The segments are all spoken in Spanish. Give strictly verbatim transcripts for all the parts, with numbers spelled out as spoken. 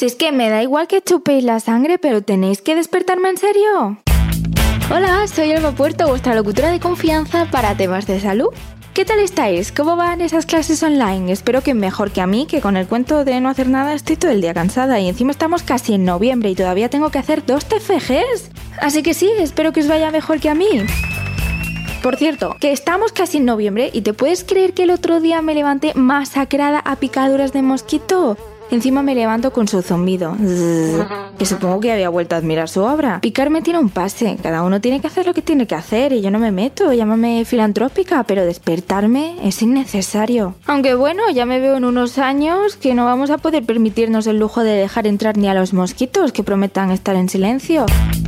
Si es que me da igual que chupéis la sangre, pero tenéis que despertarme en serio. Hola, soy Alba Puerto, vuestra locutora de confianza para temas de salud. ¿Qué tal estáis? ¿Cómo van esas clases online? Espero que mejor que a mí, que con el cuento de no hacer nada estoy todo el día cansada y encima estamos casi en noviembre y todavía tengo que hacer dos T F Gs. Así que sí, espero que os vaya mejor que a mí. Por cierto, que estamos casi en noviembre y ¿te puedes creer que el otro día me levanté masacrada a picaduras de mosquito? Encima me levanto con su zumbido, Zzz, que supongo que había vuelto a admirar su obra. Picarme tiene un pase, cada uno tiene que hacer lo que tiene que hacer y yo no me meto, llámame filantrópica, pero despertarme es innecesario. Aunque bueno, ya me veo en unos años que no vamos a poder permitirnos el lujo de dejar entrar ni a los mosquitos que prometan estar en silencio.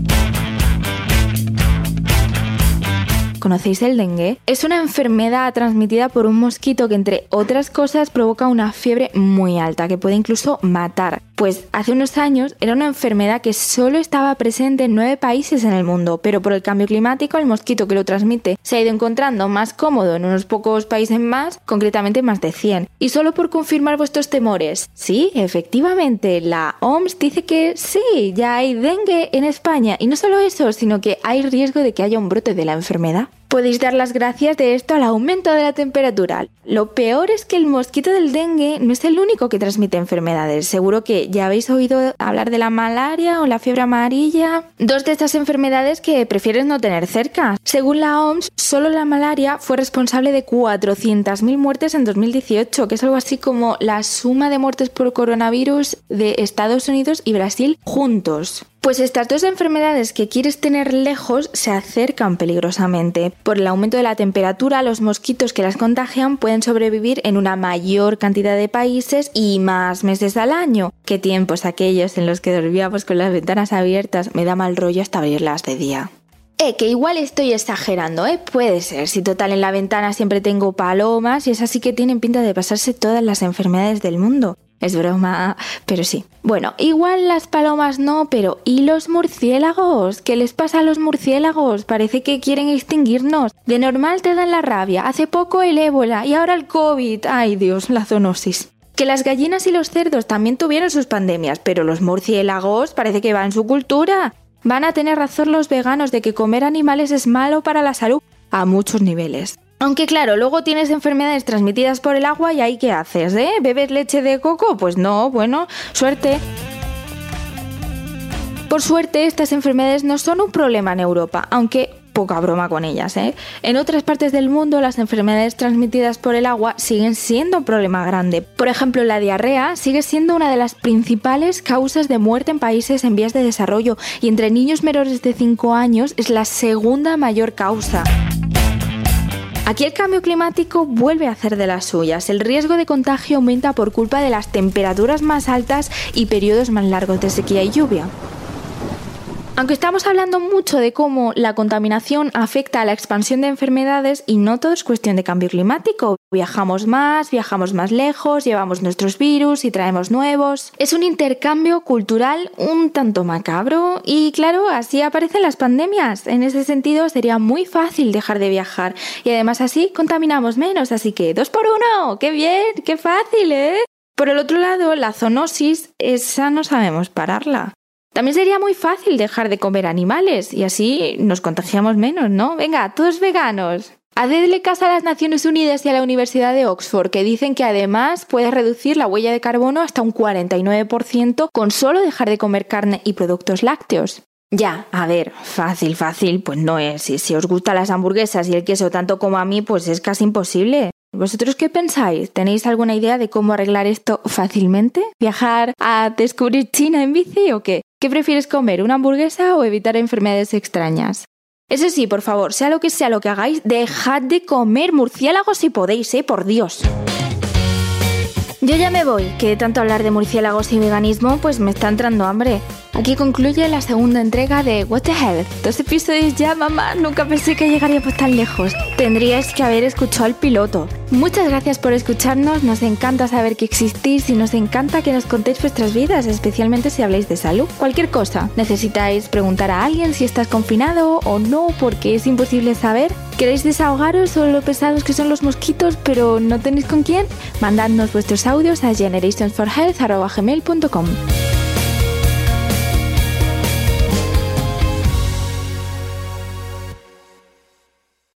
¿Conocéis el dengue? Es una enfermedad transmitida por un mosquito que, entre otras cosas, provoca una fiebre muy alta que puede incluso matar. Pues hace unos años era una enfermedad que solo estaba presente en nueve países en el mundo, pero por el cambio climático el mosquito que lo transmite se ha ido encontrando más cómodo en unos pocos países más, concretamente más de cien. Y solo por confirmar vuestros temores, sí, efectivamente, la O M S dice que sí, ya hay dengue en España. Y no solo eso, sino que hay riesgo de que haya un brote de la enfermedad. Podéis dar las gracias de esto al aumento de la temperatura. Lo peor es que el mosquito del dengue no es el único que transmite enfermedades. Seguro que ya habéis oído hablar de la malaria o la fiebre amarilla. Dos de estas enfermedades que prefieres no tener cerca. Según la O M S, solo la malaria fue responsable de cuatrocientas mil muertes en dos mil dieciocho, que es algo así como la suma de muertes por coronavirus de Estados Unidos y Brasil juntos. Pues estas dos enfermedades que quieres tener lejos se acercan peligrosamente. Por el aumento de la temperatura, los mosquitos que las contagian pueden sobrevivir en una mayor cantidad de países y más meses al año. Qué tiempos aquellos en los que dormíamos con las ventanas abiertas, me da mal rollo hasta abrirlas de día. Eh, que igual estoy exagerando, ¿eh? Puede ser, si total en la ventana siempre tengo palomas y es así que tienen pinta de pasarse todas las enfermedades del mundo. Es broma, pero sí. Bueno, igual las palomas no, pero ¿y los murciélagos? ¿Qué les pasa a los murciélagos? Parece que quieren extinguirnos. De normal te dan la rabia, hace poco el ébola y ahora el COVID. Ay Dios, la zoonosis. Que las gallinas y los cerdos también tuvieron sus pandemias, pero los murciélagos parece que va en su cultura. Van a tener razón los veganos de que comer animales es malo para la salud a muchos niveles. Aunque claro, luego tienes enfermedades transmitidas por el agua y ahí ¿qué haces, eh? ¿Bebes leche de coco? Pues no, bueno, suerte. Por suerte, estas enfermedades no son un problema en Europa, aunque poca broma con ellas, ¿eh? En otras partes del mundo, las enfermedades transmitidas por el agua siguen siendo un problema grande. Por ejemplo, la diarrea sigue siendo una de las principales causas de muerte en países en vías de desarrollo y entre niños menores de cinco años es la segunda mayor causa. Aquí el cambio climático vuelve a hacer de las suyas. El riesgo de contagio aumenta por culpa de las temperaturas más altas y periodos más largos de sequía y lluvia. Aunque estamos hablando mucho de cómo la contaminación afecta a la expansión de enfermedades y no todo es cuestión de cambio climático. Viajamos más, viajamos más lejos, llevamos nuestros virus y traemos nuevos. Es un intercambio cultural un tanto macabro y claro, así aparecen las pandemias. En ese sentido sería muy fácil dejar de viajar y además así contaminamos menos, así que dos por uno, ¡qué bien, qué fácil, eh! Por el otro lado, la zoonosis, esa no sabemos pararla. También sería muy fácil dejar de comer animales y así nos contagiamos menos, ¿no? Venga, todos veganos. Hacedle caso a las Naciones Unidas y a la Universidad de Oxford, que dicen que además puedes reducir la huella de carbono hasta un cuarenta y nueve por ciento con solo dejar de comer carne y productos lácteos. Ya, a ver, fácil, fácil, pues no es. Si, si os gustan las hamburguesas y el queso tanto como a mí, pues es casi imposible. ¿Vosotros qué pensáis? ¿Tenéis alguna idea de cómo arreglar esto fácilmente? ¿Viajar a descubrir China en bici o qué? ¿Qué prefieres comer, una hamburguesa o evitar enfermedades extrañas? Eso sí, por favor, sea lo que sea lo que hagáis, dejad de comer murciélagos si podéis, ¿eh? Por Dios. Yo ya me voy, que de tanto hablar de murciélagos y veganismo, pues me está entrando hambre. Aquí concluye la segunda entrega de What the Health. Dos episodios ya, mamá, nunca pensé que llegaríamos tan lejos. Tendríais que haber escuchado el piloto. Muchas gracias por escucharnos, nos encanta saber que existís y nos encanta que nos contéis vuestras vidas, especialmente si habláis de salud. Cualquier cosa, necesitáis preguntar a alguien si estás confinado o no porque es imposible saber. ¿Queréis desahogaros sobre lo pesados que son los mosquitos pero no tenéis con quién? Mandadnos vuestros audios a generations for health arroba gmail punto com.